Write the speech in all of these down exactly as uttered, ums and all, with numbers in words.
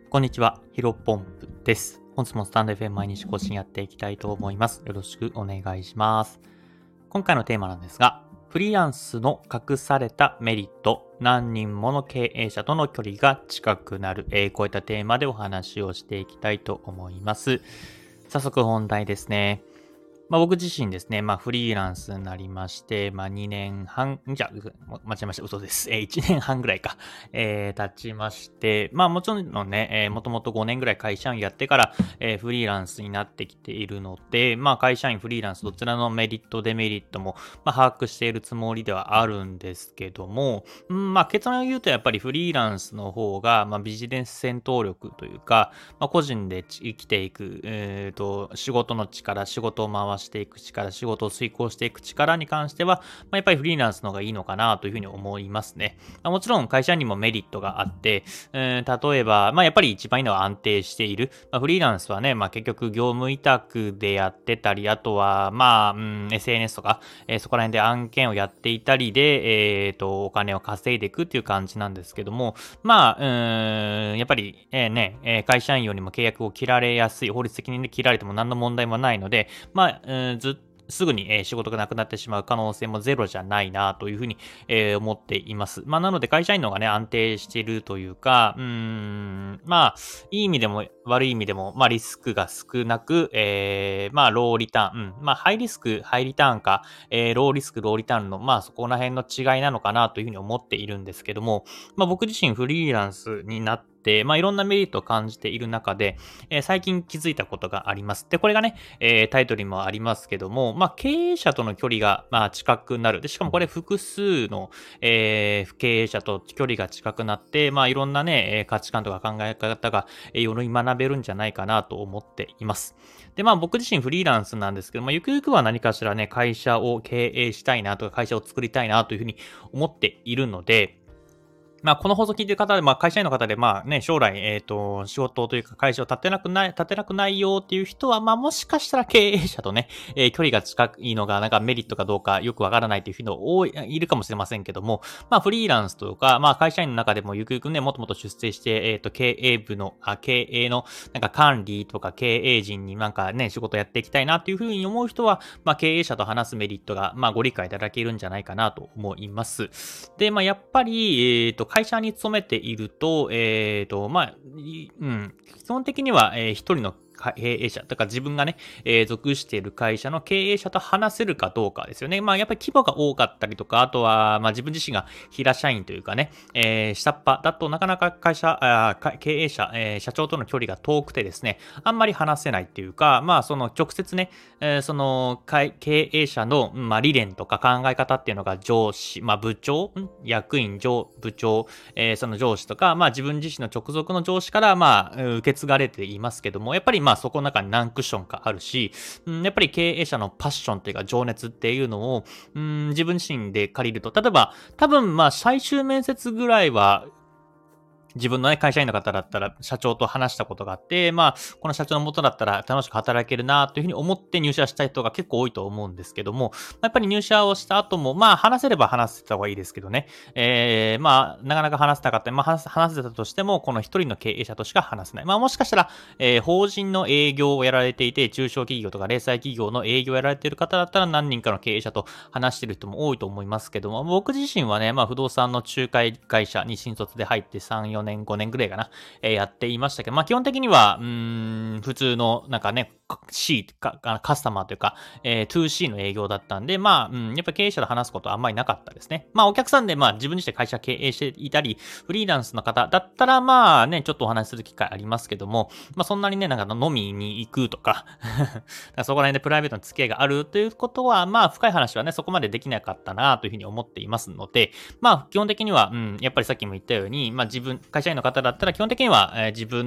こんにちは、ヒロポンプです。本日もスタンド エフエム 毎日更新やっていきたいと思います。よろしくお願いします。今回のテーマなんですが、フリーランスの隠されたメリット、何人もの経営者との距離が近くなる、えー、こういったテーマでお話をしていきたいと思います。早速本題ですね。まあ、僕自身ですね、まあ、フリーランスになりまして、まあ、にねんはん、じゃあ、間違えました、嘘です。えー、いちねんはんぐらいか、えー、経ちまして、まあ、もちろんね、えー、もともとごねんぐらい会社員やってから、えー、フリーランスになってきているので、まあ、会社員、フリーランス、どちらのメリット、デメリットも、まあ、把握しているつもりではあるんですけども、うん、まあ、結論を言うと、やっぱりフリーランスの方が、まあ、ビジネス戦闘力というか、まあ、個人で生きていく、えーと、仕事の力、仕事を回していく力、仕事を遂行していく力に関しては、まあ、やっぱりフリーランスの方がいいのかなというふうに思いますね。まあ、もちろん会社にもメリットがあって、えー、例えば、まあ、やっぱり一番いいのは安定している。まあ、フリーランスはね、まあ、結局業務委託でやってたり、あとは、まあ、うん、エスエヌエス とか、えー、そこら辺で案件をやっていたりで、えーと、お金を稼いでいくっていう感じなんですけども、まあ、うーん、やっぱり、えー、ね、えー、会社員よりも契約を切られやすい、法律的に、ね、切られても何の問題もないので、まあ、うん、ずっとすぐに、えー、仕事がなくなってしまう可能性もゼロじゃないなというふうに、えー、思っています。まあ、なので会社員の方がね、安定しているというか、うーん、まあ、いい意味でも悪い意味でも、まあ、リスクが少なく、えー、まあ、ローリターン、うん、まあ、ハイリスク、ハイリターンか、えー、ローリスク、ローリターンの、まあ、そこら辺の違いなのかなというふうに思っているんですけども、まあ、僕自身フリーランスになって、まあ、いろんなメリットを感じている中で、えー、最近気づいたことがあります。で、これがね、えー、タイトルにもありますけども、まあ、経営者との距離が、まあ、近くなる。で、しかもこれ複数の、えー、経営者と距離が近くなって、まあ、いろんなね、価値観とか考え方が、えー、より学べるんじゃないかなと思っています。で、まあ、僕自身フリーランスなんですけど、まあ、ゆくゆくは何かしらね、会社を経営したいなとか、会社を作りたいなというふうに思っているので、まあ、この放送聞いてる方で、まあ、会社員の方で、まあね、将来、えっと、仕事というか会社を立てなくない、立てなくないよっていう人は、まあ、もしかしたら経営者とね、えー距離が近いのが、なんかメリットかどうかよくわからないという人多い、いるかもしれませんけども、まあ、フリーランスとか、まあ、会社員の中でもゆくゆくね、もっともっと出世して、えっと、経営部の、あ、経営の、なんか管理とか経営陣になんかね、仕事やっていきたいなっていうふうに思う人は、まあ、経営者と話すメリットが、まあ、ご理解いただけるんじゃないかなと思います。で、まあ、やっぱり、えっと、会社に勤めていると、えっと、まあ、うん、基本的には、えー、一人の経営者、だから自分がね、えー、属している会社の経営者と話せるかどうかですよね。まあ、やっぱり規模が多かったりとか、あとは、まあ、自分自身が平社員というかね、えー、下っ端だとなかなか会社、あ経営者、えー、社長との距離が遠くてですね、あんまり話せないっていうか、まあ、その直接ね、えー、その経営者の、まあ、理念とか考え方っていうのが上司、まあ、部長、役員、上、部長、えー、その上司とか、まあ、自分自身の直属の上司から、まあ、受け継がれていますけども、やっぱりまあ、そこの中に何クッションかあるし、うん、やっぱり経営者のパッションというか情熱っていうのを、うん、自分自身で借りると、例えば、多分まあ、最終面接ぐらいは、自分のね、会社員の方だったら、社長と話したことがあって、まあ、この社長の元だったら楽しく働けるなというふうに思って入社した人が結構多いと思うんですけども、やっぱり入社をした後も、まあ、話せれば話せた方がいいですけどね、えー、まあ、なかなか話せなかった、まあ、話話せたとしても、この一人の経営者としか話せない。まあ、もしかしたら、えー、法人の営業をやられていて、中小企業とか零細企業の営業をやられている方だったら、何人かの経営者と話している人も多いと思いますけども、僕自身はね、まあ、不動産の仲介会社に新卒で入ってさん、よねん、ごねんぐらいかな、えー、やっていましたけど、まあ基本的には、うーん、普通の、なんかね、C か、カスタマーというか、えー、ツーシー の営業だったんで、まあ、うん、やっぱ経営者と話すことはあんまりなかったですね。まあお客さんで、まあ自分自身で会社経営していたり、フリーランスの方だったら、まあね、ちょっとお話しする機会ありますけども、まあそんなにね、なんか飲みに行くとか、そこら辺でプライベートの付き合いがあるということは、まあ深い話はね、そこまでできなかったなというふうに思っていますので、まあ基本的には、うん、やっぱりさっきも言ったように、まあ自分、会社員の方だったら基本的には、えー、自分の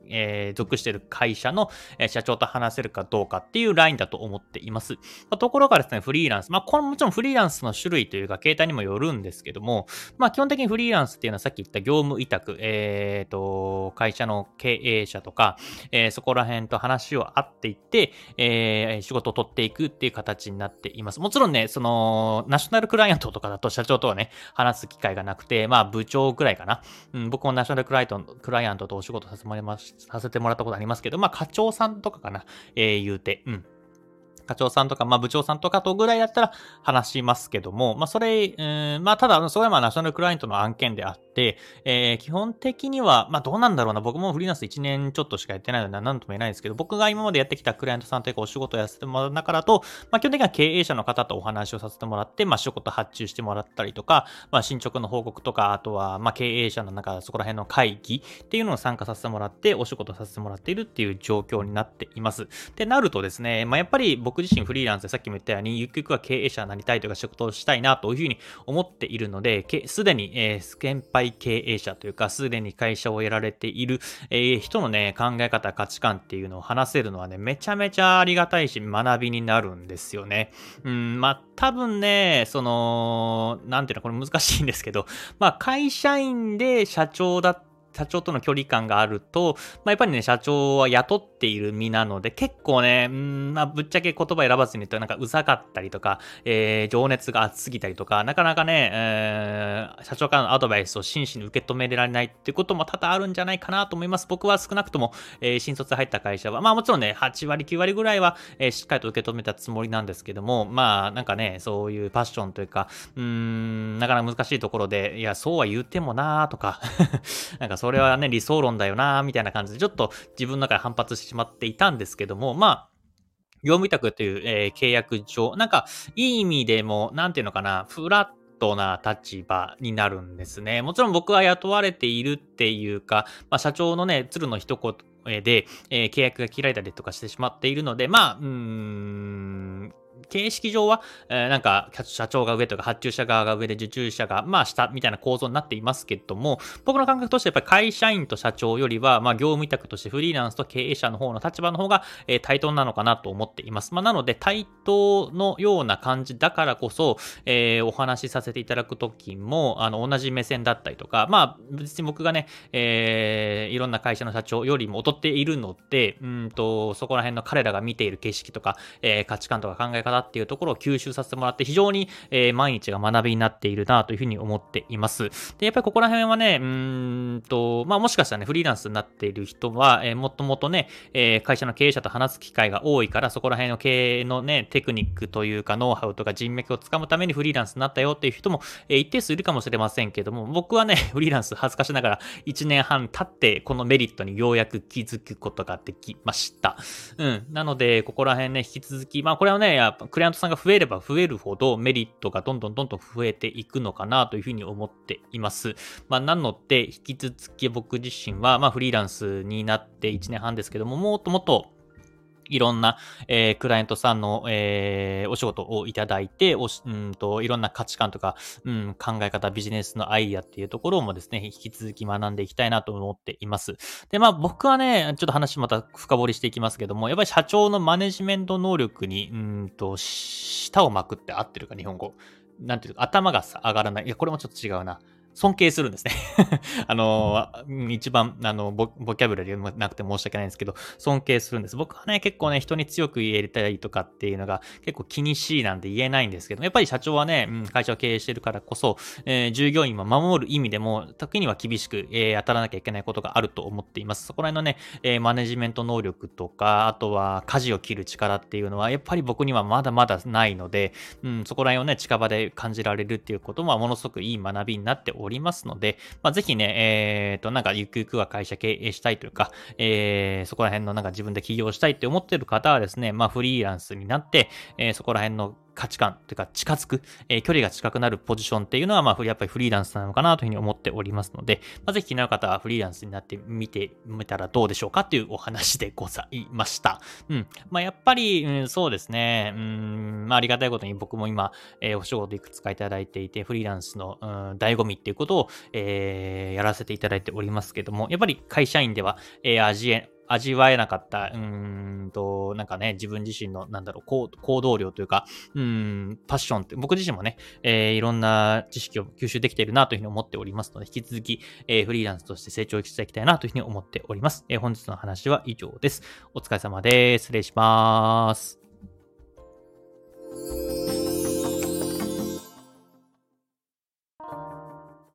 えー、属している会社の、えー社長と話せるかどうかっていうラインだと思っています。まあ、ところがですね、フリーランス。まあ、これももちろんフリーランスの種類というか、形態にもよるんですけども、まあ、基本的にフリーランスっていうのはさっき言った業務委託、えーと、会社の経営者とか、えーそこら辺と話を合っていって、えー仕事を取っていくっていう形になっています。もちろんね、その、ナショナルクライアントとかだと社長とはね、話す機会がなくて、まあ、部長くらいかな。うん、僕もナショナルクライアントクライアントとお仕事させてもらいます、させてもらったことありますけど、まあ、課長さんとかかな、えー言うて、うん。課長さんとか、まあ部長さんとかとぐらいだったら話しますけども、まあそれ、うん、まあただ、それはまあナショナルクライアントの案件であって、えー基本的には、まあどうなんだろうな、僕もフリーランスいちねんちょっとしかやってないので何とも言えないですけど、僕が今までやってきたクライアントさんというかお仕事をやらせてもらう中だと、まあ基本的には経営者の方とお話をさせてもらって、まあ仕事発注してもらったりとか、まあ進捗の報告とか、あとはまあ経営者の中、そこら辺の会議っていうのを参加させてもらって、お仕事させてもらっているっていう状況になっています。ってなるとですね、まあやっぱり僕自身フリーランスでさっきも言ったように、ゆくゆくは経営者になりたいとか仕事をしたいなというふうに思っているので、すでに、えー、先輩経営者というか、すでに会社をやられている、えー人のね、考え方、価値観っていうのを話せるのはね、めちゃめちゃありがたいし、学びになるんですよね。うん、まあ、多分ね、その、なんていうの、これ難しいんですけど、まあ、会社員で社長だった社長との距離感があると、まあ、やっぱりね、社長は雇っている身なので、結構ね、うん、まあ、ぶっちゃけ言葉選ばずに言うと、なんかうざかったりとか、えー、情熱が熱すぎたりとか、なかなかね、えー、社長からのアドバイスを真摯に受け止められないっていうことも多々あるんじゃないかなと思います。僕は少なくとも、えー、新卒入った会社は、まあもちろんね、はち割、きゅう割ぐらいは、えー、しっかりと受け止めたつもりなんですけども、まあ、なんかね、そういうパッションというか、うーん、なかなか難しいところで、いや、そうは言ってもなーとか、なんかそれはね、理想論だよな、みたいな感じで、ちょっと自分の中で反発してしまっていたんですけども、まあ、業務委託という、えー契約上、なんか、いい意味でも、なんていうのかな、フラットな立場になるんですね。もちろん僕は雇われているっていうか、まあ、社長のね、鶴の一言で、えー契約が切られたりとかしてしまっているので、まあ、うーん、形式上は、えーなんか、社長が上とか発注者側が上で受注者が、まあ下みたいな構造になっていますけども、僕の感覚としてやっぱり会社員と社長よりは、まあ業務委託としてフリーランスと経営者の方の立場の方が、えー対等なのかなと思っています。まあなので対等のような感じだからこそ、えーお話しさせていただくときも、あの、同じ目線だったりとか、まあ別に僕がね、えーいろんな会社の社長よりも劣っているので、うんと、そこら辺の彼らが見ている景色とか、えー価値観とか考え方っていうところを吸収させてもらって、非常に、えー毎日が学びになっているなというふうに思っています。で、やっぱりここら辺はね、うーんと、まあもしかしたらね、フリーランスになっている人は、えーもっともっとね、えー会社の経営者と話す機会が多いから、そこら辺の経営のね、テクニックというか、ノウハウとか人脈をつかむためにフリーランスになったよっていう人も、えー一定数いるかもしれませんけども、僕はね、フリーランス恥ずかしながらいちねんはん経って、このメリットにようやく気づくことができました。うん。なので、ここら辺ね、引き続き、まあこれはね、やっぱクライアントさんが増えれば増えるほどメリットがどんどんどんどん増えていくのかなというふうに思っています。まあなので、引き続き僕自身は、まあフリーランスになっていちねんはんですけども、もっともっといろんな、えークライアントさんの、えーお仕事をいただいて、おしうんといろんな価値観とか、うん、考え方、ビジネスのアイディアっていうところもですね、引き続き学んでいきたいなと思っています。で、まあ僕はね、ちょっと話また深掘りしていきますけども、やっぱり社長のマネジメント能力に、うんと、舌を巻くって合ってるか、日本語。なんていうか、頭が上がらない。いや、これもちょっと違うな。尊敬するんですね。あのー、一番、あのボ、ボキャブラリーもなくて申し訳ないんですけど、尊敬するんです。僕はね、結構ね、人に強く言えたりとかっていうのが結構気にしいなんて言えないんですけど、やっぱり社長はね、うん、会社を経営してるからこそ、えー従業員を守る意味でも、時には厳しく、えー当たらなきゃいけないことがあると思っています。そこら辺のね、えーマネジメント能力とか、あとは舵を切る力っていうのは、やっぱり僕にはまだまだないので、うん、そこら辺をね、近場で感じられるっていうことも、ものすごくいい学びになっておりますので、まあ、ぜひね、えっと、なんか、ゆくゆくは会社経営したいというか、えー、そこら辺のなんか自分で起業したいって思ってる方はですね、まあ、フリーランスになって、えー、そこら辺の価値観というか近づく、えー距離が近くなるポジションっていうのは、まあ、やっぱりフリーランスなのかなというふうに思っておりますので、まあ、ぜひ気になる方はフリーランスになってみてみたらどうでしょうかっていうお話でございました。うん。まあ、やっぱり、うん、そうですね。うん、まあ、ありがたいことに僕も今、えーお仕事いくつかいただいていて、フリーランスの、うん、醍醐味っていうことを、えーやらせていただいておりますけども、やっぱり会社員では、えー味え味わえなかった、うーんと、なんかね、自分自身の、なんだろう、行行動量というか、うーん、パッションって、僕自身もね、えーいろんな知識を吸収できているなというふうに思っておりますので、引き続き、えーフリーランスとして成長していきたいなというふうに思っております。えー本日の話は以上です。お疲れ様です。失礼します。